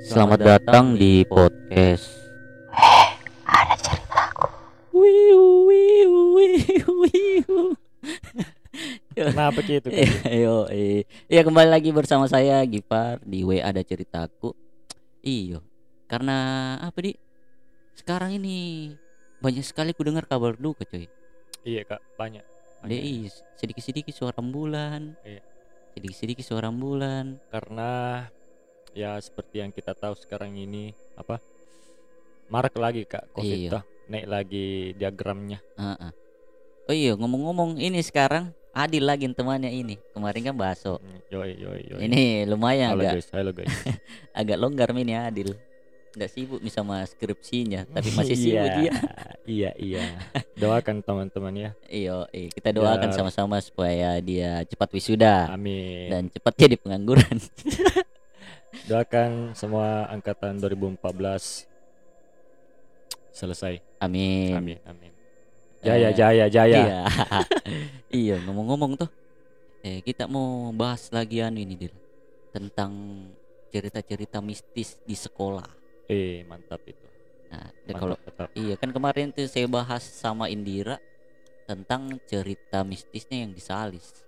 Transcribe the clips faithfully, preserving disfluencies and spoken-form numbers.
Selamat datang di podcast. Ada ceritaku. Wiu wiu wiu wiu. Kenapa gitu kan? Ayo, eh. Ya kembali lagi bersama saya Gipar di W Ada Ceritaku. Iyo. Karena apa di? Sekarang ini banyak sekali ku dengar kabar duka, coy. Iya kak, banyak. Dei sedikit-sedikit suara bulan. Iya. Sedikit-sedikit suara bulan. Karena ya seperti yang kita tahu sekarang ini apa? Marak lagi kak COVID Iya. toh, naik lagi diagramnya. Uh-uh. Oh iya, ngomong-ngomong ini sekarang Adil lagi temannya ini. Kemarin kan Baso. Hmm, Yoi yoi yoi. Ini lumayan halo agak guys, halo guys. agak longgar ini Adil. Nggak sibuk nih sama skripsinya, tapi masih sibuk Iya, dia. Iya iya. Doakan teman-teman ya. Iyo, iya, kita doakan Biar- sama-sama supaya dia cepat wisuda Amin. dan cepat jadi pengangguran. Doakan semua angkatan dua ribu empat belas selesai. Amin. Amin amin. Jaya Eh, jaya jaya. Iya. Iya, ngomong-ngomong tuh, eh kita mau bahas lagi anu ini Dil, tentang cerita-cerita mistis di sekolah. Eh mantap itu. Nah, dan Mantap, kalau mantap. iya kan kemarin tuh saya bahas sama Indira tentang cerita mistisnya yang di Salis.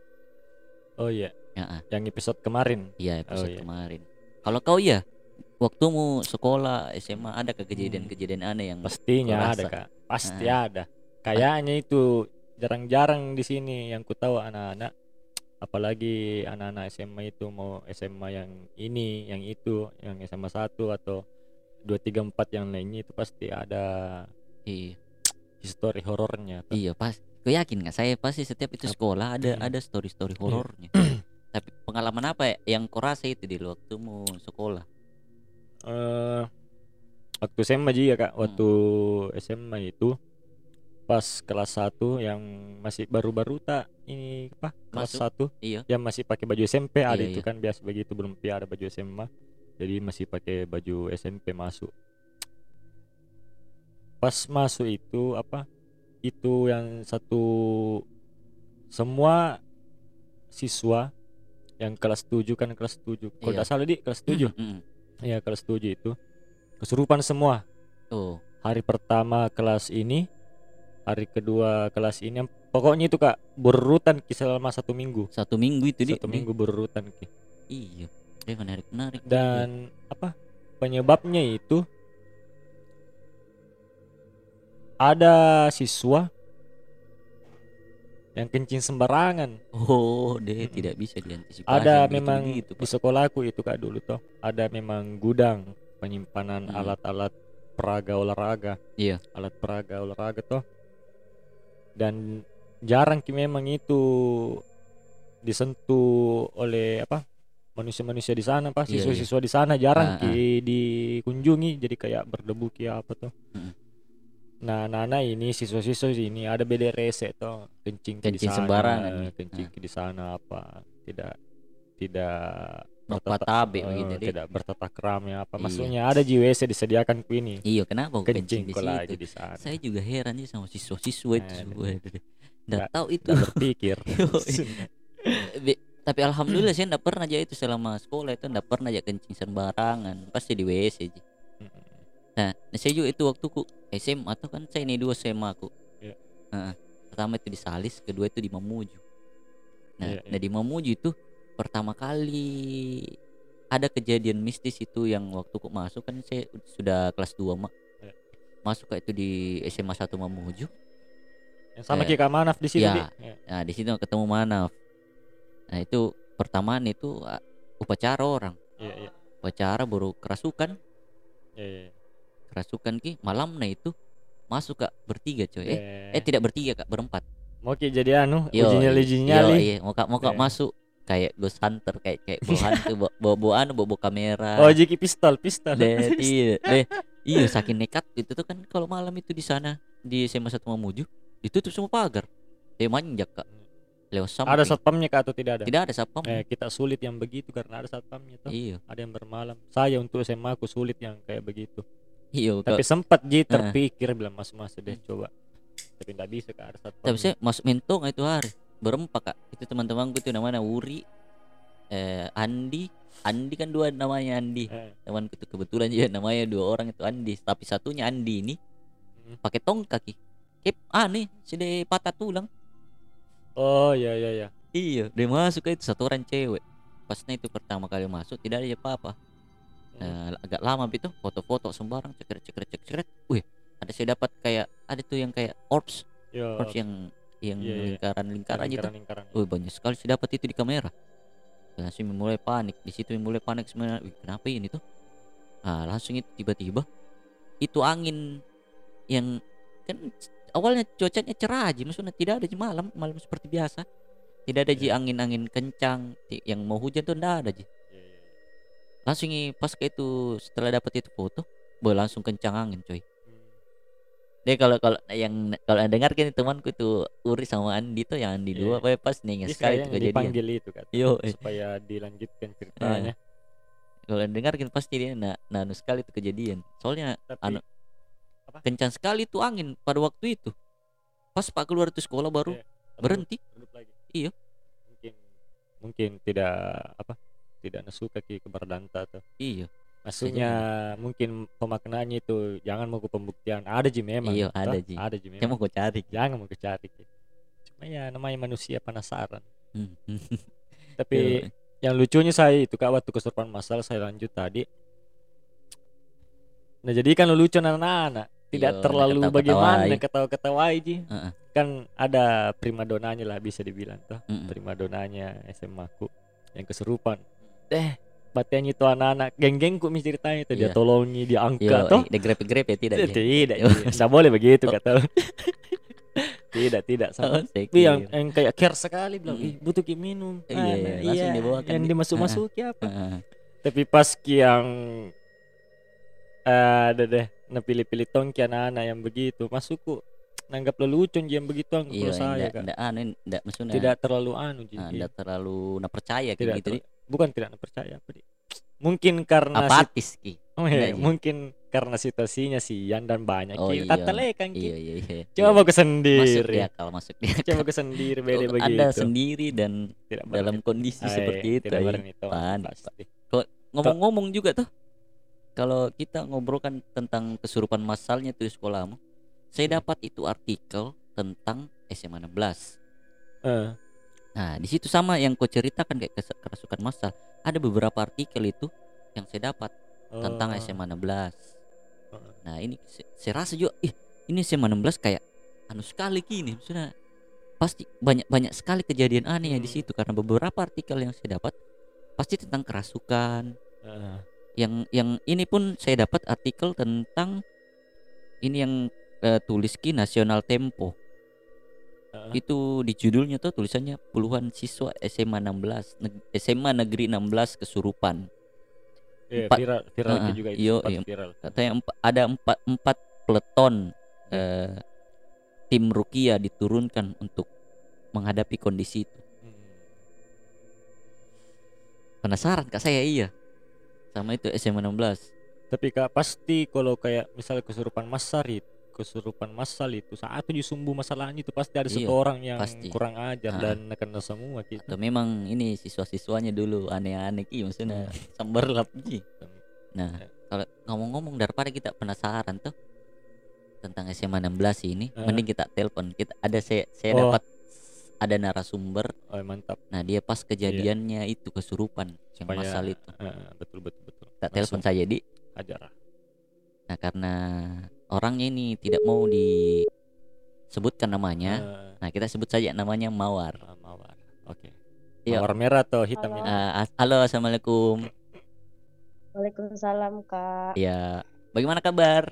Oh iya, Ya, ah, yang episode kemarin. iya episode iya. kemarin. Kalau kau ya, waktumu sekolah S M A ada ke kejadian-kejadian aneh yang Pastinya kau ada rasa? kak, pasti Ah. ada. Kayaknya itu jarang-jarang di sini yang ku tahu anak-anak, apalagi anak-anak S M A itu mau S M A yang ini, yang itu, yang S M A satu atau dua tiga empat yang lainnya itu pasti ada Iya, histori horornya. Tuh. iya pas. Kau yakin nggak? Saya pasti setiap itu Apa? sekolah ada Hmm. ada story-story horornya. Tapi pengalaman apa ya yang kau rasa itu di waktumu sekolah? Eh, waktu S M A juga kak, waktu S M A itu pas kelas satu yang masih baru-baru tak ini apa kelas Masuk. satu Iya. yang masih pakai baju S M P ada Iya, itu iya. kan biasa begitu belum ada baju S M A jadi masih pakai baju S M P masuk. Pas masuk itu apa itu yang satu semua siswa yang kelas tujuh kan kelas tujuh kalau Iya. tidak salah di kelas tujuh Mm-mm. ya kelas tujuh itu kesurupan semua. Tuh. Hari pertama kelas ini, hari kedua kelas ini, pokoknya itu kak berurutan ki selama satu minggu. Satu minggu itu di Satu di- minggu berurutan ki. Iya. Dia menarik-menarik. juga. Dan apa penyebabnya itu ada siswa yang kencing sembarangan. Oh, deh Mm-mm. tidak bisa diantisipasi. Ada yang memang begitu-begitu, di Pak. sekolahku itu kak dulu toh ada memang gudang penyimpanan Hmm. alat-alat peraga olahraga. Iya. Alat peraga olahraga toh. Dan jarang ki memang itu disentuh oleh apa manusia-manusia di sana pak Iya, siswa-siswa di sana jarang Ah, ki dikunjungi jadi kayak berdebu ki apa tuh. Mm-mm. Nah, Nana ini siswa-siswa ini ada beda rese toh kencing ki di Kencing sana, sembarangan nih. kencing Ah. ki di sana apa tidak tidak Berkuat bertata- tabe eh, begitu deh. tidak bertata keramnya apa Iya. maksudnya ada J W C disediakan ku ini Iya, kenapa kok kencing kencing di ku lagi situ? di sana. Saya juga heran sih sama siswa-siswa itu Nah, semua. Nggak nggak- tahu itu. Tidak berpikir. Be- Tapi alhamdulillah saya enggak pernah aja itu selama sekolah itu enggak pernah aja kencing sembarangan. Pasti di W C aja. Nah, nah, saya juga itu waktu ku S M A tuh kan saya ini dua S M A ku. Iya. Heeh. Pertama itu di Salis, kedua itu di Mamuju. Nah, Iya, nah di Mamuju itu pertama kali ada kejadian mistis itu yang waktu ku masuk kan saya sudah kelas dua mak. Iya. Masuk kayak itu di S M A satu Mamuju. Yang sama Eh, kayak Kak Manaf di sini. ya. Di. Ya. Nah, di situ ketemu Manaf. Nah, itu pertamaan itu ah, upacara orang. Iya, iya. Upacara baru kerasukan. Iya, iya. Kerasukan ki malam nah itu masuk kak bertiga coy. Eh, Eh, eh tidak bertiga kak, berempat. mau ki jadi anu Yo, uji nyali i- uji yo, nyali. iya, mau kak mau kak Eh. masuk kayak ghost hunter kayak kayak bawa hantu bawa bawa, bawa anu bawa, bawa kamera. Oh, jiki pistol, pistol. Deh, iya, deh. Iya, saking nekat itu tuh kan kalau malam itu di sana di S M A satu Mamuju ditutup semua pagar. Dia manjak kak. Lewat samping. Ada satpamnya Kak atau tidak ada? Tidak ada satpam. Eh, kita sulit yang begitu karena ada satpamnya tuh. Iya. Ada yang bermalam. Saya untuk S M A aku sulit yang kayak begitu. Iya, Tapi kak. sempat ji terpikir bilang mas-mas deh coba. Tapi enggak bisa Kak ada satpam. Tapi saya masuk mentong itu hari berempat kak. Itu teman-temanku itu namanya Wuri, eh, Andi, Andi kan dua namanya Andi. Eh. Temanku tuh kebetulan juga namanya dua orang itu Andi, tapi satunya Andi ini Hmm. pakai tongkat ki. Kep aneh, sudah patah tulang. Oh ya ya ya. Iya, dia masuk ke itu satu orang cewek. Pasnya itu pertama kali masuk tidak ada apa-apa. Hmm. Nah, agak lama itu foto-foto sembarang cekret cekret cekret. Wih, ada saya dapat kayak ada tuh yang kayak orbs, Yo. orbs yang yang Iya, iya. lingkaran-lingkaran gitu. Lingkaran-lingkaran. Wih, banyak sekali saya dapat itu di kamera. Langsung mulai panik. Di situ mulai panik sebenarnya. Wih, kenapa ini tuh? Ah, langsung itu tiba-tiba itu angin yang kan awalnya cuacanya cerah aja, maksudnya tidak ada di malam, malam seperti biasa. Tidak ada ji Iya. angin-angin kencang ti- yang mau hujan tuh enggak ada ji. Iya, iya, iya. Langsung i- pas ke itu setelah dapat itu foto, boy langsung kencang angin coy. Hmm. Deh kalau kalau yang kalau dengar kan temanku itu Uri sama Andi tuh yang Andi Iya. dua, boy pas nih Dia sekali itu yang kejadian. dipanggil itu kan Yo, eh. supaya dilanjutkan ceritanya. Kalau dengar kan pasti dia na nanu sekali itu kejadian. Soalnya Tapi anu apa? kencang sekali tuh angin pada waktu itu. Pas Pak keluar itu sekolah baru Iya, redup- berhenti. redup lagi. Iya. Mungkin mungkin tidak apa? Tidak nasuka ki ke Bardanta atau Iya. maksudnya mungkin pemaknaannya itu jangan mau ke pembuktian. Ada ji memang. Iya, ada toh? ji. Ada ji Saya mau memang. kau cari. Jangan mau ke cari ki. Cuma ya namanya manusia penasaran. Hmm. Tapi yang lucunya saya itu kak waktu kesurupan masal saya lanjut tadi. Nah jadi kan lucu anak-anak tidak Yo, terlalu ketawa-ketawai. bagaimana ketawa-ketawai ji. Heeh. Kan ada primadonanya lah bisa dibilang tuh. Mm-mm. Primadonanya S M A ku yang kesurupan. Eh batian itu anak-anak geng-gengku mi ceritanya itu dia Iya. tolongi dia angkat Yo, toh. eh, grepe-grepe ya tidak. Tidak, Ji? tidak, Yo. tidak boleh begitu kata. Tidak, tidak Oh, sama. saya Tapi yang, kira. yang kayak care sekali bilang, Mm. "Ih, butuh ki minum." Iya, Ah, iya, nah, langsung iya, dibawakan yang di- dimasuk-masuki apa. Heeh. Tapi pas ki yang eh, ada deh, nah pilih-pilih tongki anak-anak yang begitu, masukku nanggap lelucon ji yang begitu Iya, kalau saya enggak, kak. enggak anu, enggak maksudnya. Tidak terlalu anu ji. ah, Iya. enggak terlalu na percaya kayak Tidak gitu. Di. ter- bukan tidak percaya apa Di. Mungkin karena sit- Apatis ki. oh, iya, Enggak, Ji. mungkin karena situasinya sian dan banyak Oh, ki. iya. Tatelekan ki. Iya, iya, iya. Coba Iya. ke Masuk di sendiri. akal, masuk di akal. Coba ke sendiri beda Oh, begitu. Anda sendiri dan Tidak dalam berani. kondisi Ay, seperti itu. tidak ay. berani tahu Panik, pasti. Ngomong-ngomong juga tuh, kalau kita ngobrolkan tentang kesurupan massalnya tuh di sekolahmu, saya Hmm. dapat itu artikel tentang S M A enam belas. Eh, Nah, di situ sama yang kau ceritakan kayak kes- kerasukan massal. Ada beberapa artikel itu yang saya dapat tentang oh, S M A enam belas. Heeh. Nah, ini se- saya rasa juga, ih, ini S M A enam belas kayak anu sekali gini, maksudnya pasti banyak-banyak sekali kejadian aneh ya di Hmm. situ karena beberapa artikel yang saya dapat pasti tentang kerasukan. eh, Yang yang ini pun saya dapat artikel tentang ini yang eh, tulis ki Nasional Tempo. eh. Itu di judulnya tuh tulisannya puluhan siswa S M A enam belas neg- S M A Negeri enam belas kesurupan. Iya, Empat- viral viral Heeh, juga itu iyo, sempat iya. viral. Katanya empa- ada empat empat peleton eh, tim Rukia diturunkan untuk menghadapi kondisi itu. Hmm. Penasaran kak saya iya sama itu S M A enam belas. Tapi kak pasti kalau kayak misalnya kesurupan massal itu kesurupan massal itu saat itu sumbu masalahnya itu pasti ada Iya, satu orang yang pasti. kurang ajar Ah. dan kena semua gitu. Atau memang ini siswa-siswanya dulu aneh-aneh ki maksudnya samberlap ji. Nah, Eh. kalau ngomong-ngomong daripada kita penasaran tuh tentang S M A enam belas ini, Eh. mending kita telepon. Kita ada saya saya Oh. dapat ada narasumber. Oh mantap. Nah, dia pas kejadiannya itu kesurupan yang Supaya masal itu. eh, betul betul betul. Tak telepon Langsung saja di. ajar. Nah, karena orangnya ini tidak mau disebutkan namanya. Eh, Nah, kita sebut saja namanya Mawar. ah, mawar. Oke. Iya. Mawar merah atau hitam Halo. ini? Ah, as- halo, assalamualaikum. Waalaikumsalam kak. Ya, bagaimana kabar?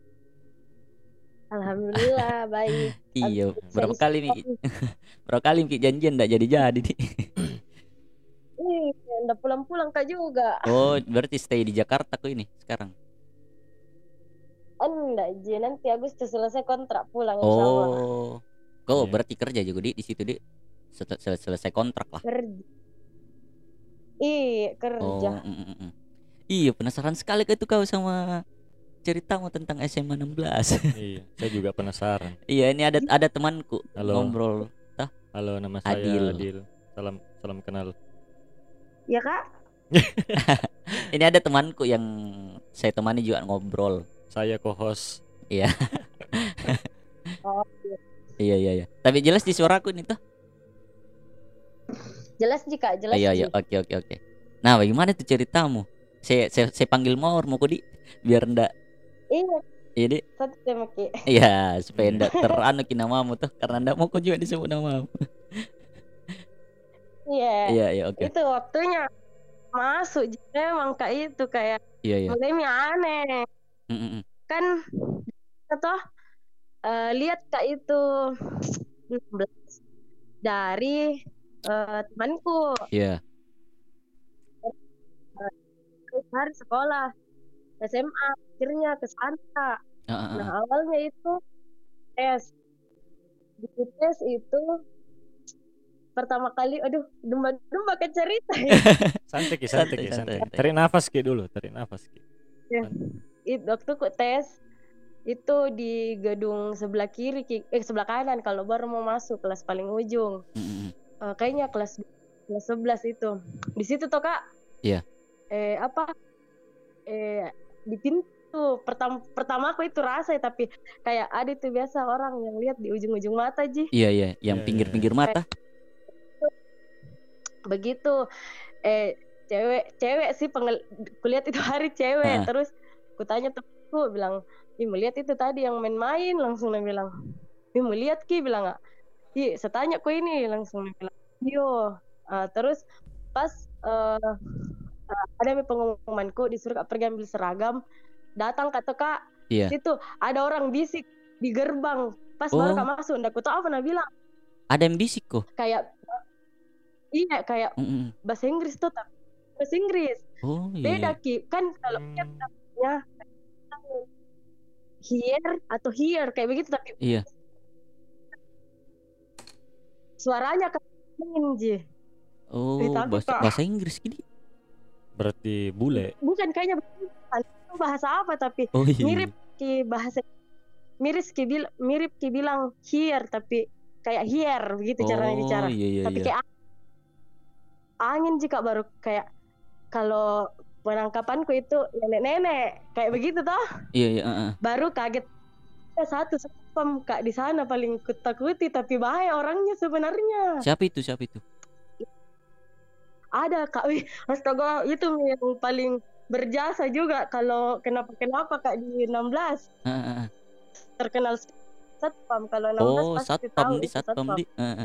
Alhamdulillah baik. Iya, Aduh, berapa saya kali istirahat nih? Berapa kali Miki janjian enggak jadi-jadi nih? nih, udah pulang-pulang kak juga. Oh, berarti stay di Jakarta kok ini sekarang. Enggak ji, nanti Agustus selesai kontrak pulang insya Allah. Oh. Kau Iya. berarti kerja juga di di situ di Sel- sel- selesai kontrak lah. Kerja. Iya Oh, kerja. mm, mm, mm, mm. Iya, penasaran sekali kau itu kau sama ceritamu tentang S M A enam belas. Iya, saya juga penasaran. Iya, ini ada ada temanku Halo. ngobrol. Halo, nama saya Adil. Adil. Salam salam kenal. Ya kak. Ini ada temanku yang saya temani juga ngobrol. Saya co-host. Iya. Oh, Iya iya iya. Tapi jelas di suaraku nih tuh. jelas Ji Kak, jelas Iya Ji. iya, oke oke oke. Nah, bagaimana tuh ceritamu? Saya saya, saya panggil Maur mau di biar ndak Iya, iya Di. satu tema Ki. Iya, supaya Iya. ndak teranu ki namamu tuh karena ndak mau kau juga disebut namamu. Iya. Iya iya oke. Itu waktunya masuk Ji. Memang Kak itu kayak Iya iya. mulai aneh. Mm, mm, mm. Kan atau eh, lihat Kak itu enam belas dari eh, temanku Iya. hari sekolah S M A akhirnya ke sana. Ah, ah, Nah ah. awalnya itu tes di tes itu pertama kali, aduh domba-domba ke cerita ya. Santai Ki, Santai, santai Ki, santai, santai. santai. Tarik nafas Ki dulu, tarik nafas Ki. Itu waktu ku tes itu di gedung sebelah kiri Ki. eh sebelah kanan kalau baru mau masuk kelas paling ujung. Mm, mm, mm. Eh, kayaknya kelas kelas sebelas itu. Di situ toh Kak. Iya. Eh apa? Eh di pintu pertama pertama aku itu rasa ya, tapi kayak ada itu biasa orang yang lihat di ujung-ujung mata Ji. Iya iya, yang Iya, pinggir-pinggir mata. Begitu eh cewek cewek sih pengel kulihat itu hari cewek. Ah. Terus kutanya temanku bilang, "Ih, melihat itu tadi yang main-main." Langsung dia bilang, "Ih, mau lihat Ki?" Bilang enggak. "Ih, saya tanya kok ini." Langsung dia bilang, "Yo." Ah, terus pas eh uh, ada pengumumanku disuruh Kak pergi ambil seragam, datang kata Kak, Iya. situ ada orang bisik di gerbang pas baru Oh. Kak masuk. Ndak ku tahu apa nah bilang. Ada yang bisik kok. Kayak iya kayak Mm, mm. bahasa Inggris tuh tapi bahasa Inggris. Oh iya. Beda iya. Ki. Kan kalau Hmm. dia namanya here atau here kayak begitu tapi Iya. suaranya kayak Ji. Oh, Eh, tapi bahasa Kak, bahasa Inggris gini. Berarti bule. bukan kayaknya bukan bahasa apa tapi Oh iya. mirip Ki bahasa mirip Ki bil mirip Ki bilang here tapi kayak here begitu caranya bicara. Oh iya iya Tapi iya. kayak angin jika baru kayak kalau penangkapanku itu nenek-nenek kayak begitu toh. Iya iya, heeh. Baru kaget ada satu satpam Kak di sana paling kutakuti tapi bahaya orangnya sebenarnya. Siapa itu? Siapa itu? Ada Kak, wih astaga itu yang paling berjasa juga kalau kenapa-kenapa Kak di enam belas Heeh, heeh. terkenal satpam kalau enam belas Oh, pasti satpam tahu di itu satpam di. Heeh.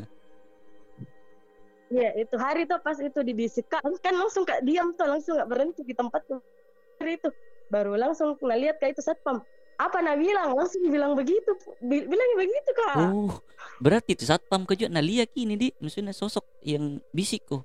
Iya itu hari itu pas itu dibisik Kak kan langsung Kak diam tuh langsung nggak berhenti di tempat tuh hari itu baru langsung kena lihat Kak itu satpam apa nah bilang langsung bilang begitu Bil- bilangnya begitu Kak. Oh, berarti itu satpam kejut Nalia kini di, maksudnya sosok yang bisik kok.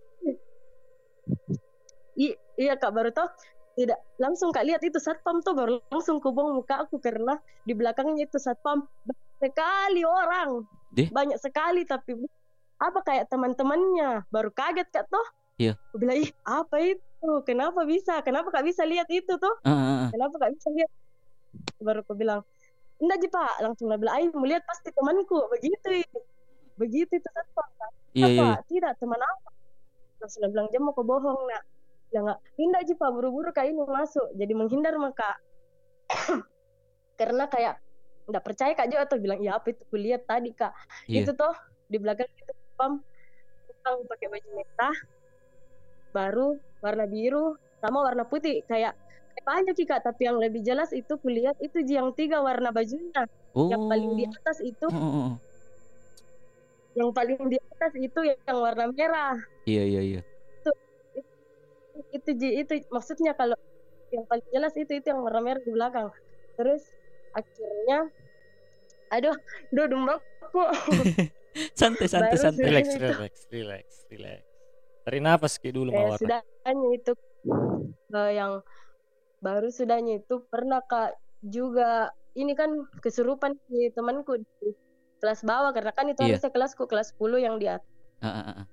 I- iya Kak baru tahu tidak langsung Kak lihat itu satpam tuh baru langsung kubong muka aku karena di belakangnya itu satpam banyak sekali orang. Deh? Banyak sekali tapi apa kayak teman-temannya baru kaget Kak toh. Iya. Aku bilang ih apa itu kenapa bisa kenapa Kak bisa lihat itu tuh Heeh, heeh. kenapa Kak bisa lihat baru aku bilang enggak Ji Pak langsung dia bilang ayo melihat pasti temanku begitu begitu itu satpam Kak. Iya iya. Apa tidak teman apa langsung dia bilang dia mau kebohong nak bilang nggak hinda Ji Pak buru-buru Kak ini masuk jadi menghindar maka karena kayak nggak percaya Kak juga tuh bilang iya apa itu kulihat tadi Kak. Iya. Itu tuh di belakang itu pam tukang pakai baju merah baru warna biru sama warna putih kayak kayak banyak sih Kak tapi yang lebih jelas itu kulihat itu Ji, yang tiga warna bajunya. Oh. Yang paling di atas itu Oh, oh, oh. yang paling di atas itu yang warna merah. Iya iya iya. Itu Ji, itu maksudnya kalau yang paling jelas itu itu yang warna merah di belakang. Terus akhirnya aduh duh dombaku Santai santai Baru santai. sih. Relax, itu. relax, relax, relax. Tarik nafas Ki dulu eh, Mawar. sudahnya itu eh, yang baru sudahnya itu pernah Kak juga ini kan kesurupan di temanku di kelas bawah karena kan itu Iya. harusnya kelasku kelas sepuluh yang di atas. Heeh, heeh.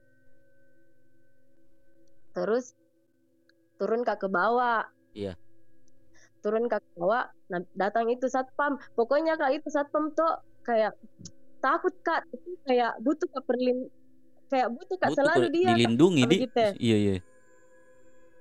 Terus turun Kak ke bawah. Iya. Turun Kak ke bawah, nah, datang itu satpam. Pokoknya Kak itu satpam tuh kayak takut Kak, tapi kayak butuh Kak perlin kayak butuh Kak Butuh selalu kok dia Kak, dilindungi di. begitu. Iya iya.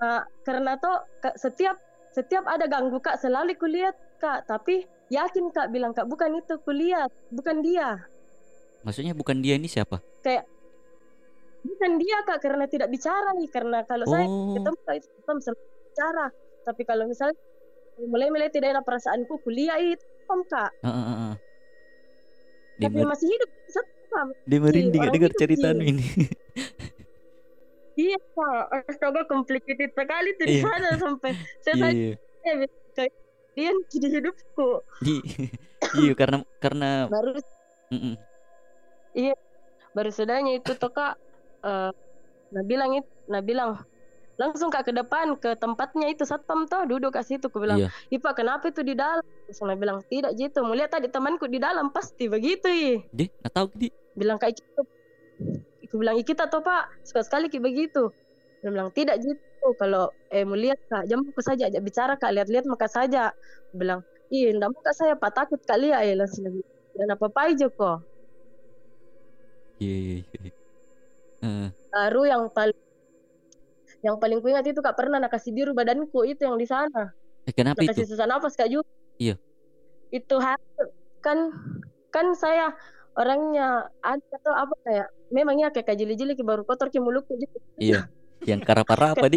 karena karena tuh Kak, setiap setiap ada ganggu Kak selalu kulihat Kak, tapi yakin Kak bilang Kak bukan itu kulihat, bukan dia. Maksudnya bukan dia ini siapa? Kayak bukan dia Kak karena tidak bicara nih, karena kalau saya Oh, ketemu Kak itu Tom selalu bicara. Tapi kalau misalnya mulai-mulai tidak enak perasaanku kuliah itu Tom Kak. heeh, heeh, heeh. Dia Tapi mer- masih hidup satu Kak. dia merinding orang dengar hidup, ceritamu Ji. ini. Iya Kak, astaga complicated sekali tuh di Iya, sana sampai saya iya, tanya iya. eh, kayak dia di hidupku. Iya, iya, karena karena Baru mm-mm. iya baru sudahnya itu tuh Kak eh nah bilang itu, nah bilang langsung Kak ke depan ke tempatnya itu satpam tuh duduk ke situ. Aku bilang, Iya. "Ih Pak, kenapa itu di dalam?" Terus dia bilang, "Tidak gitu, melihat tadi temanku di dalam pasti begitu ih." Deh, nggak tahu di. Bilang kayak gitu. Aku bilang, "Ih kita tuh Pak, suka sekali kayak begitu." Dia bilang, "Tidak gitu, kalau eh melihat Kak, jam aku saja ajak bicara Kak, lihat-lihat muka saja." Aku bilang, "Ih, enggak muka saya Pak, takut kali ya." Ya langsung dia bilang, "Dan apa-apa aja kok." Iya, iya, iya. Heeh. Baru yang paling yang paling kuingat itu Kak pernah nak kasih biru badanku itu yang di sana. Eh, kenapa Nak itu? kasih susah nafas Kak juga. Iya. Itu hari kan kan saya orangnya ada atau apa kayak memangnya kayak kayak jeli-jeli kayak baru kotor kayak mulutku gitu. Iya. Yang karapa apa di?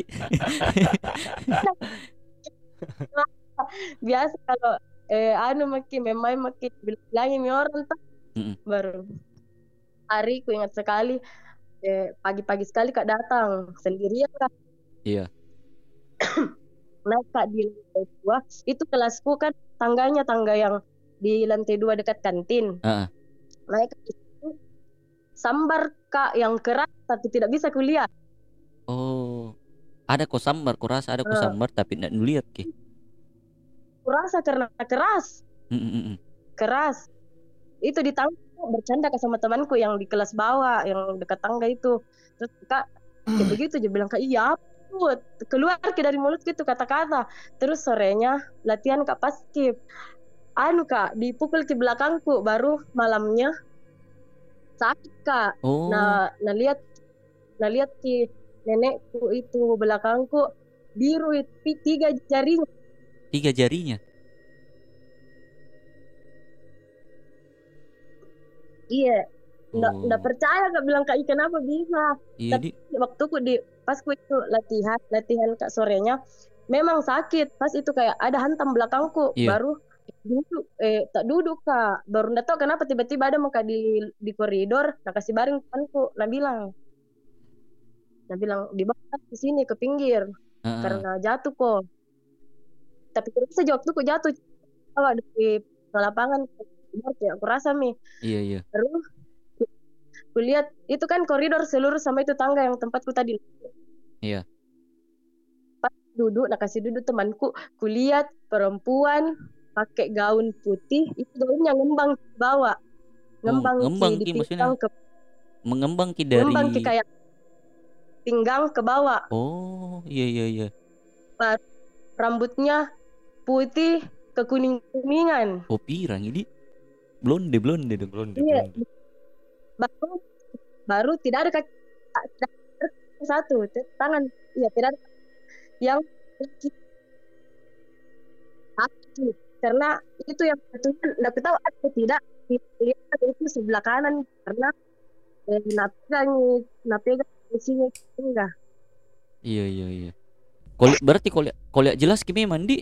Biasa kalau eh anu makin memang makin bilangin mi orang tuh Mm-mm. baru hari ku ingat sekali eh, pagi-pagi sekali Kak datang sendirian Kak Iya. naik Kak di lantai dua itu kelasku kan tangganya tangga yang di lantai dua dekat kantin. Heeh. Naik ke situ sambar Kak yang keras tapi tidak bisa kulihat. Oh. Ada kok sambar, kurasa ada kok Eh, sambar tapi enggak nuliat ke. kurasa karena keras, Mm-mm. keras. Itu di tangga bercanda Kak sama temanku yang di kelas bawah yang dekat tangga itu. Terus Kak kayak begitu dia bilang Kak iya apa keluar ke dari mulut gitu kata-kata. Terus sorenya latihan Kak pas skip. Anu Kak dipukul ke belakangku baru malamnya sakit Kak. Oh, Nah, nah lihat nah lihat ki nenekku itu belakangku biru itu tiga jarinya. tiga jarinya. Iya, nggak Oh. nggak percaya Kak bilang Kak, "Ih, kenapa bisa?" Iya Tapi di. waktu ku di pas ku itu latihan latihan Kak sorenya memang sakit. Pas itu kayak ada hantam belakangku Iya. baru duduk eh tak duduk Kak. Baru nggak tahu kenapa tiba-tiba ada muka di di koridor, nah kasih baring temanku, nah bilang, nah bilang dibawa ke sini ke pinggir Heeh. karena jatuh kok. Tapi terus saja waktu ku jatuh kalau di lapangan ya aku rasa mi. Iya, iya. Terus kulihat itu kan koridor seluruh sama itu tangga yang tempatku tadi. Iya. Pas duduk, nah kasih duduk temanku, kulihat perempuan pakai gaun putih, itu gaunnya ngembang ke bawah, Oh, ngembang ngembang ki di ki maksudnya pinggang ke mengembang ki ngembang ki dari. kayak pinggang ke bawah. Oh, iya, iya, iya. Pas rambutnya putih ke kuning-kuningan. Oh, pirang ini. Blonde, blonde dong. Blonde, Iya, blonde. baru baru tidak ada kaki tidak ada satu tangan, iya tidak ada yang kaki kaki. Karena itu yang satunya nggak tahu ada atau tidak dilihat itu sebelah kanan karena eh, napegang napegang isinya enggak. Iya, iya, iya. Kau lihat berarti kau lihat kau lihat jelas ki memang di.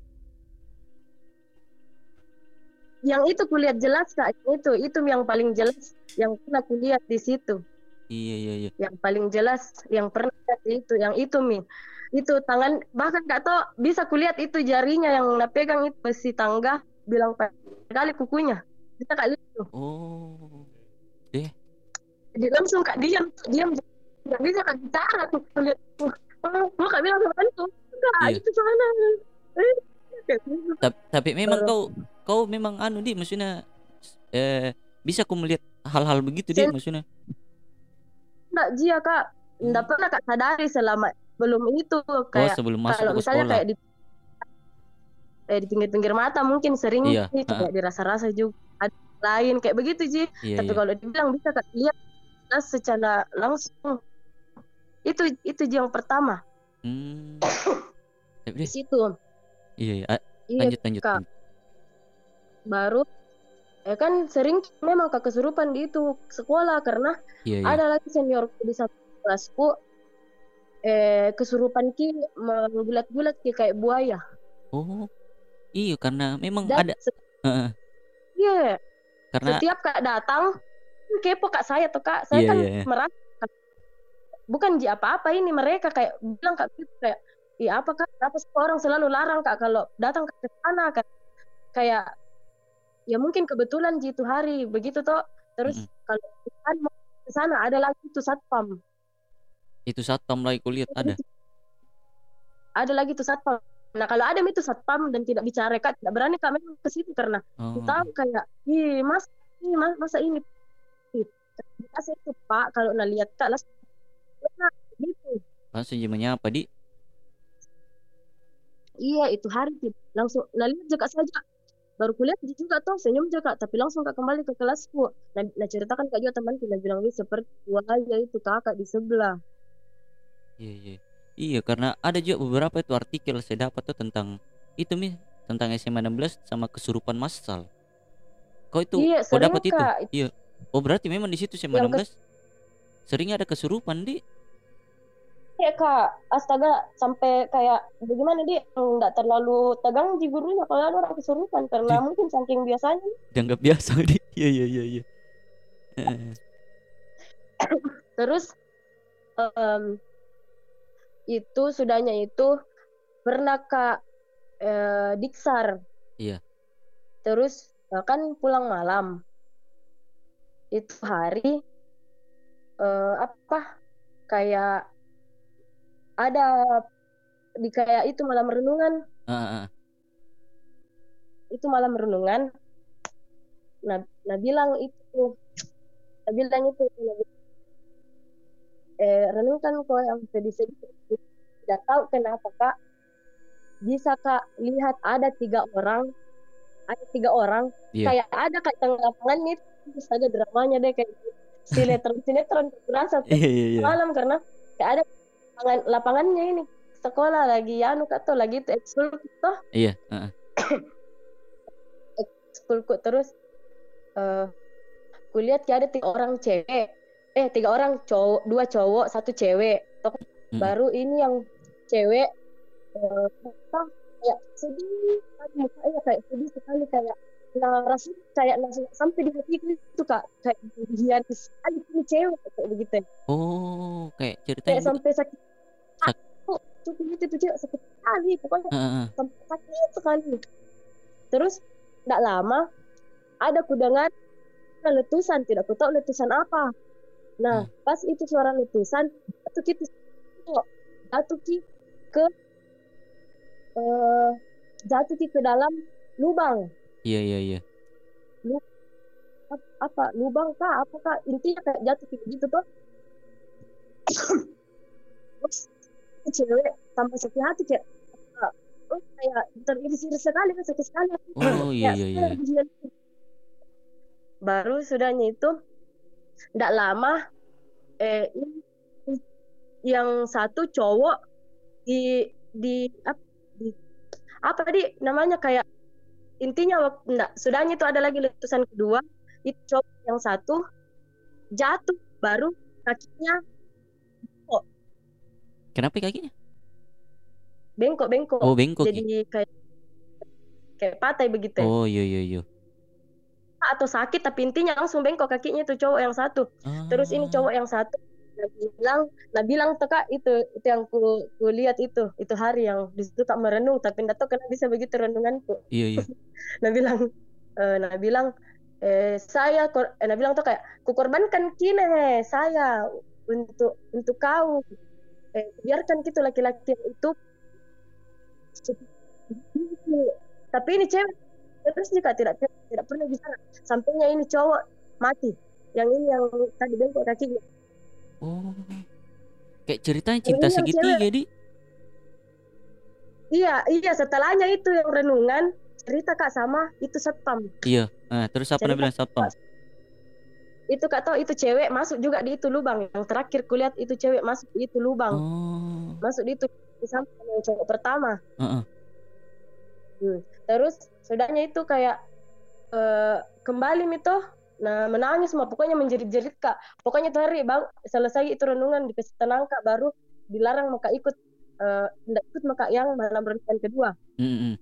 Yang itu kulihat jelas Kak, itu itu yang paling jelas yang pernah kulihat di situ. Iya, iya, iya. Yang paling jelas yang pernah lihat itu yang itu mi itu tangan bahkan Kak tahu bisa kulihat itu jarinya yang napegang itu besi tangga bilang kali kukunya bisa Kak lihat tuh. Oh. Eh, Jadi langsung Kak diam diam nggak bisa Kak bicara tuh kulihat tuh. Oh, gua Kak bilang sama itu Kak Iya. itu sana eh, kayak gitu. tapi, tapi memang Baru. kau kau memang anu di maksudnya eh bisa kau melihat hal-hal begitu di Sen- maksudnya. Nggak Jia Kak nggak pernah Kak sadari selama belum itu Oh, kayak sebelum masuk kalau ke misalnya sekolah. kayak di eh, di pinggir-pinggir mata mungkin sering Iya, sih ha-ha. kayak dirasa-rasa juga ada lain kayak begitu Ji. Iya, Tapi iya. kalau dibilang bisa Kak lihat jelas secara langsung itu itu Ji yang pertama. Hmm. Tapi di deh, situ. iya, iya. Ah, Iya lanjut lanjut. kak, lanjut. baru eh kan sering memang kak kesurupan di itu sekolah karena Iya, iya. ada lagi seniorku di satu kelasku eh kesurupan ki menggulat-gulat ki kayak buaya Oh, iya karena memang dan ada. se- Heeh, iya karena setiap kak datang kepo kak saya tuh kak saya iya, kan iya, iya. merasa bukan ji apa-apa ini mereka kayak bilang kak gitu, kayak iya apa kak kenapa semua orang selalu larang kak kalau datang ke sana kak kayak ya mungkin kebetulan ji itu hari begitu toh Mm-mm. terus kalau Tuhan mau ke sana ada lagi tuh satpam Itu satpam lagi kulihat ada. ada lagi tuh satpam nah kalau ada itu satpam dan tidak bicara kak tidak berani kak memang ke situ karena Oh, kita kayak ih mas ini mas masa ini saya itu pak kalau nah lihat kak langsung "Nah, gitu langsung dia menyapa di. iya itu hari tuh langsung nah lihat juga saja baru kuliah juga tuh senyum juga tapi langsung kak kembali ke kelasku nah, nah ceritakan kak juga temanku dia bilang "Wih, seperti wajah itu kakak di sebelah Iya, iya. Iya, karena ada juga beberapa itu artikel saya dapat tuh tentang itu mi tentang S M A enam belas sama kesurupan massal. Kau itu iya kau sering dapat itu? kak Iya. Oh, berarti memang di situ S M A yang enam belas seringnya ada kesurupan di. kayak kak astaga sampai kayak bagaimana dia nggak terlalu tegang di gurunya kalau ada orang kesurupan karena Di mungkin saking biasanya dianggap biasa di. Iya, iya, iya, iya. Heeh. terus em, itu sudahnya itu pernah kak eh, diksar Iya. terus eh, kan pulang malam itu hari eh, apa kayak ada di kayak itu malam renungan Ah, ah, ah. itu malam renungan nah, nah bilang itu nah bilang itu nah, eh, renungkan kok yang sedih-sedih tidak tahu kenapa kak bisa kak lihat ada tiga orang ada tiga orang Iya. kayak ada kak tengah lapangan itu terus saja dramanya deh kayak sinetron sinetron berasa tuh Iya, iya, iya. malam karena kayak ada lapangan, lapangannya ini sekolah lagi anu kak tuh lagi itu ekskul tuh Iya, heeh. ekskulku terus eh kulihat kayak ada tiga orang cewek eh tiga orang cowok dua cowok satu cewek Tok, Mm-mm. baru ini yang cewek eh, apa, kayak sedih sekali mukanya kayak sedih sekali kayak nah rasanya kayak langsung sampai di hati itu kak kayak bagian sekali ini cewek kayak begitu Oh, kayak ceritain kayak bu. sampai sakit Sak. aku cukup itu tuh cewek sakit sekali pokoknya Heeh, heeh. sampai sakit sekali terus tidak lama ada kudengar letusan tidak aku tahu letusan apa nah Hmm. pas itu suara letusan jatuh ki jatuh ki ke eh, jatuh ki ke dalam lubang Iya, iya, iya. Lu, ap- apa lubang kah apa kah intinya kayak jatuh ki gitu tuh terus si cewek tambah sakit hati kayak ah, oh kayak teririsir sekali kan sakit sekali Oh, iya, kayak iya, iya. sedih. Baru sudahnya itu tidak lama eh ini yang satu cowok di di apa di apa di namanya kayak intinya wak- enggak sudahnya itu ada lagi letusan kedua itu cowok yang satu jatuh baru kakinya kok Kenapa kakinya? bengkok-bengkok Oh, bengkok jadi ya. kayak kayak patah begitu Oh, iya, iya, iya. atau sakit tapi intinya langsung bengkok kakinya itu cowok yang satu terus ini Ah, cowok yang satu nah bilang nah bilang tuh kak itu itu yang ku, ku lihat itu itu hari yang di situ kak merenung tapi enggak tahu kenapa bisa begitu renunganku iya, iya. nah bilang eh, nah bilang eh, saya kor- eh, nah bilang tuh kayak kukorbankan kine saya untuk untuk kau eh, biarkan gitu laki-laki itu tapi ini cewek terus juga tidak tidak pernah bisa sampainya ini cowok mati yang ini yang tadi bengkok kakinya Oh, kayak ceritanya yang cinta ini yang cewek segitiga di. iya iya setelahnya itu yang renungan cerita kak sama itu satpam Iya. Nah, terus apa cerita bilang satpam? itu kak tahu itu cewek masuk juga di itu lubang yang terakhir kulihat itu cewek masuk di itu lubang Oh, masuk di itu sama yang cowok pertama. Heeh. Hmm. Terus sudahnya itu kayak eh, kembali itu, nah menangis semua, pokoknya menjerit-jerit kak. Pokoknya tuh hari bang selesai itu renungan dikasih tenang kak, baru dilarang maka ikut, eh, tidak ikut maka yang malam renungan kedua. Mm-mm.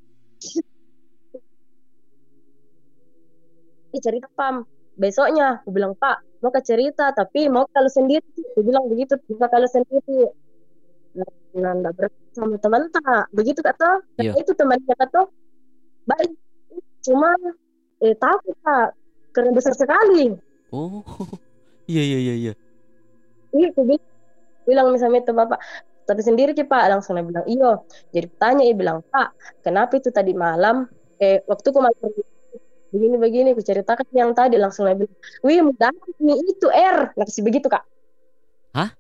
Ih, cerita pam. Besoknya aku bilang pak mau ke cerita tapi mau kalau sendiri. Aku bilang begitu, juga kalau sendiri. Nah, nggak berani sama teman tak begitu kata. Iya. Karena itu temannya kata baik, cuma eh takut kak karena besar sekali. Oh. Iya iya iya iya. Iya, aku bilang, bilang misalnya itu bapak tapi sendiri ki pak, langsung dia bilang iyo. Jadi tanya, ia bilang pak kenapa itu tadi malam eh waktu aku malam begini-begini, aku ceritakan yang tadi, langsung dia bilang wih mudah ini itu R, nah kasih begitu kak. Hah?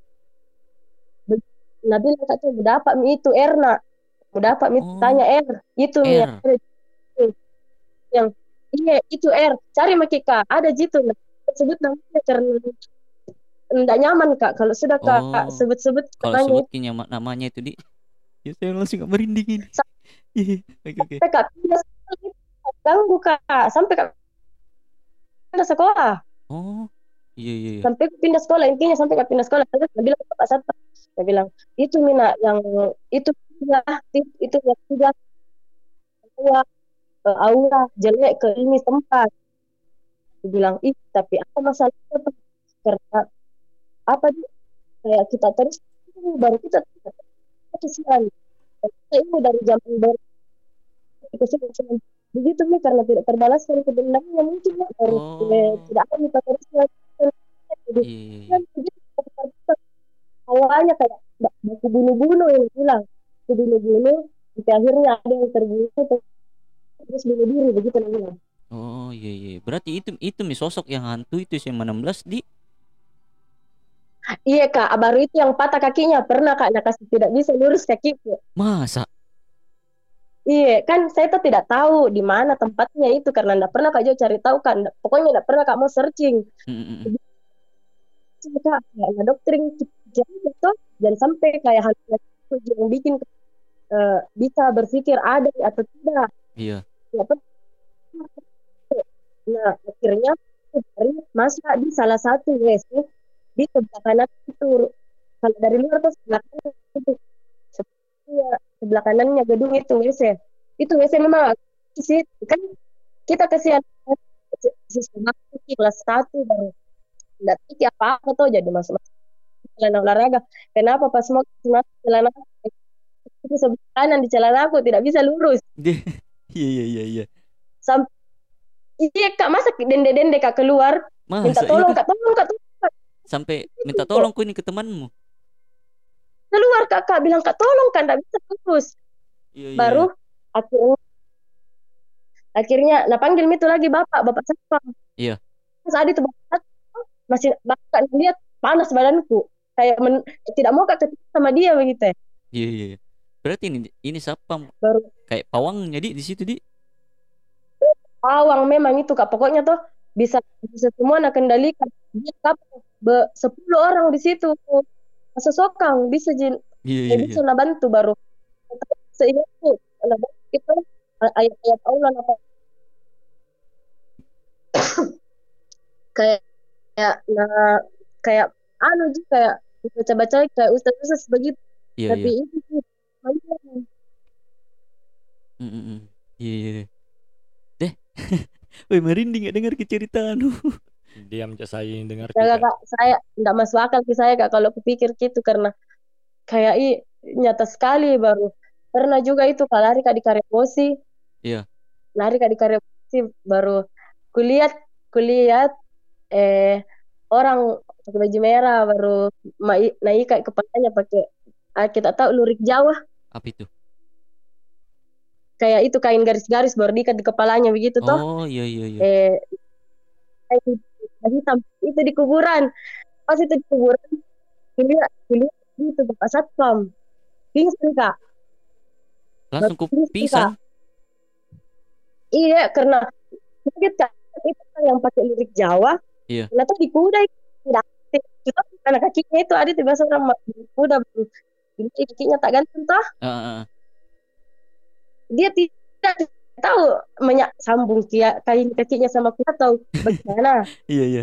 Nabil kata tuh mudah apa mi itu R nak, mudah apa mi Oh, tanya R itu mi yang, R. yang iya itu R, cari makika ada jitu nah. Sebut namanya karena enggak nyaman kak kalau sudah kak Oh, sebut-sebut kalau namanya. sebutkin nama namanya itu di, ya saya langsung gak merinding ini. Iya, oke oke. Sampai kak pindah sekolah, ganggu kak sampai kak pindah sekolah, Oh, iya iya iya. sampai pindah sekolah, intinya sampai kak pindah sekolah. Terus dia bilang pak Satpam, dia bilang itu Mina yang itu ya itu yang sudah tua, eh, aura jelek ke ini tempat. Dia bilang ih tapi apa masalahnya Pak? Karena apa dia kayak kita terus baru kita kesian. Kita ini dari zaman baru kesian begitu nih karena tidak terbalaskan kebenarannya mungkin ya, baru eh, Oh, tidak akan kita terus jadi iya iya iya. kan begitu kita awalnya kayak baku bunuh-bunuh yang bilang aku bunuh-bunuh sampai akhirnya ada yang terbunuh terus bunuh diri begitu namanya. Oh, iya iya. Berarti itu itu mi sosok yang hantu itu sih enam belas di. Iya kak, baru itu yang patah kakinya pernah kak, nah kasih tidak bisa lurus kakiku. Masa? Iya kan saya tuh tidak tahu di mana tempatnya itu karena tidak pernah kak Jo cari tahu kan, pokoknya tidak pernah kak mau searching. Mm-mm. Jadi kak kayak doktrin jangan itu dan sampai kayak hal itu yang bikin eh, bisa berpikir ada atau tidak. Iya. Ya, pernah. Nah akhirnya dari masa di salah satu W C di sebelah kanan itu, kalau dari luar tuh sebelah kanan itu ya, sebelah kanannya gedung itu W C. Itu W C memang sih kan kita kasihan siswa kelas satu baru nggak pikir apa apa tuh jadi masuk masuk celana olahraga. Kenapa pas mau masuk celana itu sebelah kanan di celana aku tidak bisa lurus. Dia- Iya iya iya iya. Sampai iya kak masa dende dende kak keluar minta Masa iya tolong kah? kak tolong kak tolong kak. Sampai minta tolong ku ini ke temanmu. Keluar kak kak bilang kak tolong kan tidak bisa lurus. Iya iya iya. Baru akhirnya akhirnya nah panggil itu lagi bapak bapak satpam. Iya. Saat itu bapak satpam masih bapak lihat panas badanku kayak men, tidak mau kak ketemu sama dia begitu ya. Iya iya iya. Berarti ini ini sapam Baru kayak pawang jadi di situ di. pawang memang itu kak, pokoknya tuh bisa bisa semua nak kendalikan dia kak be, sepuluh orang di situ masa sokang bisa jin Iya ya iya iya. bisa nak bantu baru seingatku nak bantu itu ayat-ayat Allah apa kayak kayak nah kayak anu juga kayak baca-baca kayak ustaz-ustaz begitu Iya tapi iya. itu sih makanya Mm-mm. Iya iya. Iya. Deh. Woi merinding gak dengar keceritaanmu. Diam cak saya dengar ya, kita. kak saya tidak masuk akal ke saya kak kalau kupikir gitu karena kayak i nyata sekali. Baru pernah juga itu kak lari kak di Karebosi, Iya. lari kak di Karebosi baru kulihat kulihat eh orang pakai baju merah baru mai- naik kak kepalanya pakai ah, kita tahu lurik Jawa Apa itu? kayak itu kain garis-garis baru diikat di kepalanya begitu toh Oh iya iya iya. eh kain hitam itu di kuburan. Pas itu di kuburan kulihat kulihat itu bapak satpam pingsan kak. Baru Langsung ku pingsan kak. pingsan. Iya karena kaget kan itu kan yang pakai lirik Jawa. Iya. Ternyata di kuda itu tidak aktif. Kita karena kakinya itu ada tiba seorang ma- di kuda baru Jadi kakinya tak ganteng toh. Heeh, heeh. Dia tidak tahu menyak sambung kia kain kakinya sama kita tahu bagaimana. Iya, iya.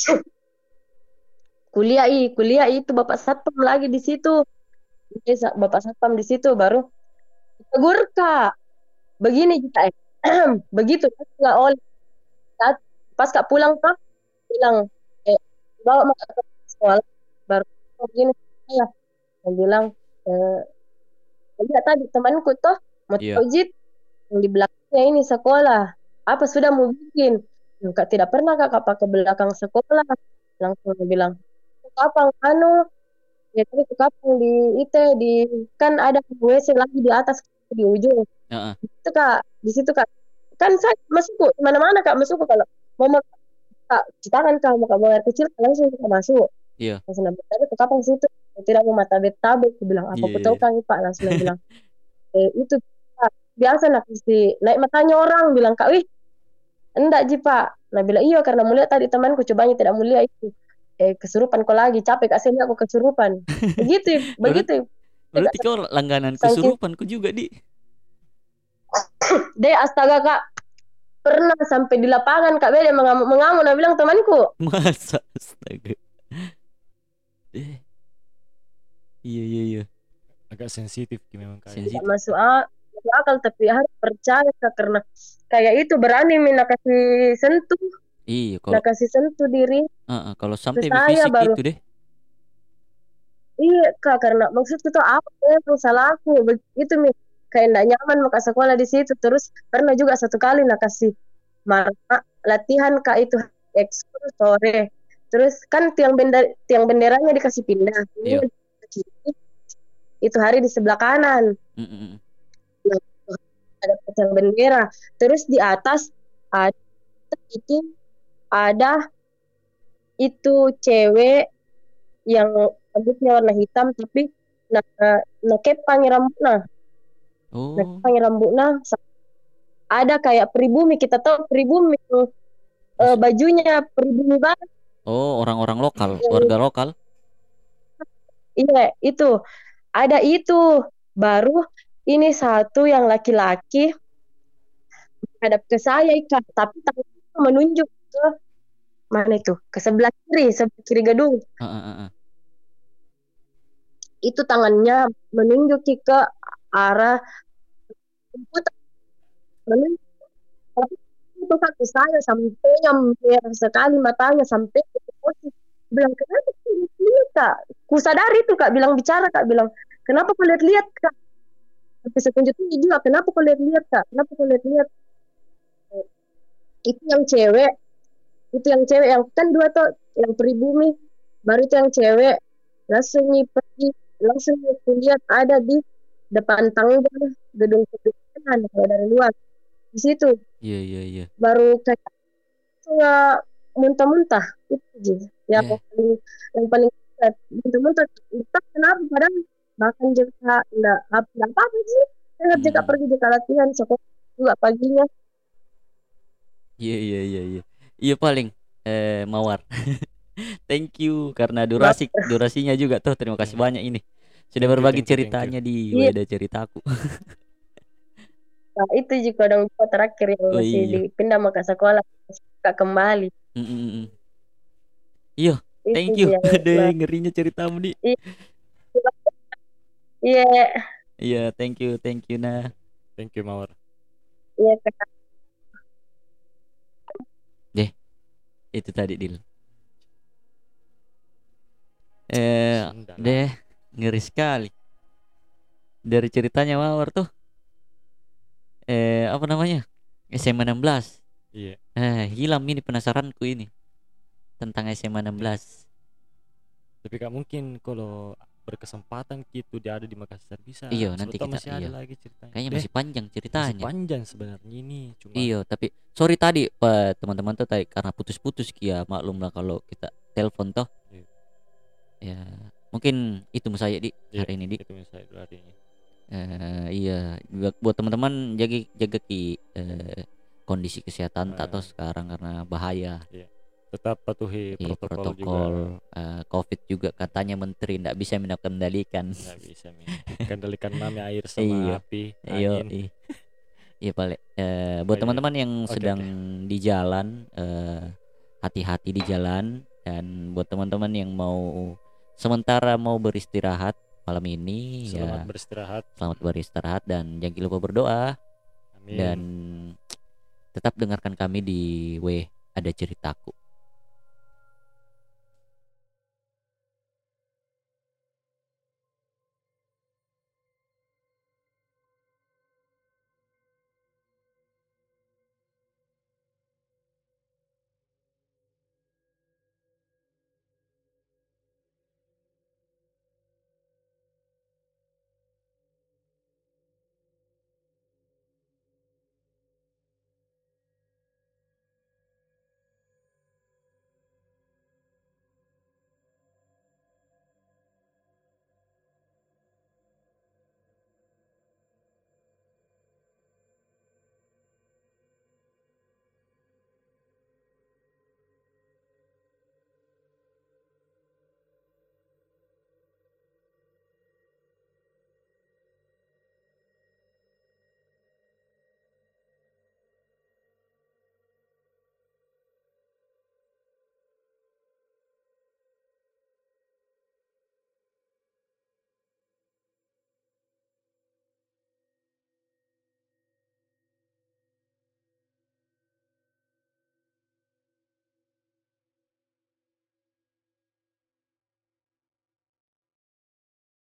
Kuliah i, kuliah itu bapak satpam lagi di situ. Jadi, sa- bapak satpam di situ baru tegur kak. Begini kita eh. Begitu nggak oleh. Saat- Pas kak pulang kak bilang eh bawa mak ke sekolah baru begini saya saya bilang eh lihat tadi temanku tuh mau Iya. ujit yang di belakangnya ini sekolah. Apa sudah mau bikin? Kak tidak pernah kakak pakai belakang sekolah. Langsung dia bilang, kapan anu? Ya tadi ke kapan di itu di kan ada W C lagi di atas di ujung. Heeh. Itu kak di situ kak kan saya masuk mana-mana kak masuk kalau mau mau kak cuci tangan kak mau kak buang air kecil langsung kita masuk. Iya. Langsung nabi tapi ke kapan situ? Tidak mau mata betabek. Aku bilang apa Iya, aku iya. tahu kang pak langsung dia bilang eh, itu Kak, biasa nak si naik matanya orang bilang kak wih enggak ji pak nah bilang iya karena mulia tadi temanku cobanya tidak mulia itu eh kesurupan kau lagi capek kak saya aku kesurupan begitu Berarti, begitu eh, berarti kak, kau langganan saking kesurupanku juga, Di. deh astaga kak pernah sampai di lapangan kak beda mengamuk mengamuk nah bilang temanku Masa, astaga. Eh, iya, iya, iya. Agak sensitif Ki, memang kayak tidak Sensitif. masuk a- masuk akal tapi harus percaya kak karena kayak itu berani mina kasih sentuh Iya, nak kalau kasih sentuh diri heeh, kalau ke sampai saya fisik baru itu deh. iya kak karena maksudku tuh apa ya yang salahku begitu nih kayak nggak nyaman mau ke sekolah di situ terus pernah juga satu kali nak kasih mama latihan kak itu ekskul sore terus kan tiang bendera tiang benderanya dikasih pindah ini Iya. di kiri, itu hari di sebelah kanan Mm, mm, mm. nah, ada tiang bendera terus di atas ada itu ada itu cewek yang rambutnya warna hitam tapi nah nah kepang rambutnya nah Oh, kepang rambutnya sa- ada kayak pribumi kita tahu pribumi tuh, eh, mas- bajunya pribumi banget oh, orang-orang lokal, yang warga lokal. iya itu ada itu baru ini satu yang laki-laki hadap ke saya ikan tapi tangannya menunjuk ke mana itu ke sebelah kiri sebelah kiri gedung Heeh, heeh. itu tangannya menunjuk ke arah komputer menunjuk tapi itu kaki saya sampai yang merah sekali matanya sampai ke posisi bilang kenapa kau lihat kak ku sadari tuh kak bilang bicara kak bilang kenapa kau lihat-lihat kak sampai sekunjut ini juga kenapa kau lihat-lihat kak kenapa kau lihat-lihat itu yang cewek itu yang cewek yang kan dua tuh yang pribumi baru itu yang cewek langsung nih pergi langsung nih lihat ada di depan tangga gedung kepresidenan kalau dari luar di situ Iya, iya, iya. baru kayak nggak muntah-muntah itu aja yang Eh, paling yang paling berat. Muntah-muntah entah kenapa padahal bahkan juga nggak apa apa apa sih saya mm, juga mm. pergi juga latihan sekolah juga paginya Iya, iya, iya, iya. Iya paling eh Mawar. Thank you karena Bang, durasi durasinya juga tuh. Terima kasih Hmm. banyak ini. Sudah Thank you, berbagi thank you, thank you. ceritanya di iya Weda Ceritaku. nah, itu juga dong gua terakhir yang Oh masih iya. dipindah mau ke sekolah nggak kembali Mm, mm, mm. Iya, itu thank you. dia yang Deh nah, ngerinya ceritamu di. iya iya Iya, thank you, thank you nah. Thank you Mawar. iya Kak. Deh, itu tadi Dil. Eh, Sunda lah. deh ngeri sekali. Dari ceritanya Mawar tuh eh apa namanya? S M A enam belas. Iya. Eh, hilang ini penasaranku ini tentang S M A enam belas. Tapi Kak mungkin kalau berkesempatan gitu dia ada di Makassar bisa. Iya, Siapa nanti tahu kita masih ada iya. lagi ceritanya. Kayaknya Deh, masih panjang masih ceritanya. panjang sebenarnya ini cuma Iya, tapi sorry tadi Pak teman-teman tuh tadi karena putus-putus ya maklum lah kalau kita telepon toh. Iya. Ya, mungkin itu saya di Iya, hari ini di. itu misalnya dulu hari ini. Eh, iya, buat, buat teman-teman jaga jaga ki eh, kondisi kesehatan tak Ah. tahu sekarang karena bahaya. Iya. tetap patuhi Iya, protokol, protokol juga. eh, COVID juga katanya menteri ndak bisa mengendalikan. Nggak bisa Mi. Kendalikan mami air Iya, sama api, iya, angin. iya. Iya paling eh, buat Ayo. teman-teman yang Oke, sedang oke. di jalan eh, hati-hati di jalan, dan buat teman-teman yang mau sementara mau beristirahat malam ini Selamat ya beristirahat. selamat beristirahat dan jangan lupa berdoa, dan Amin. tetap dengarkan kami di W Ada Ceritaku.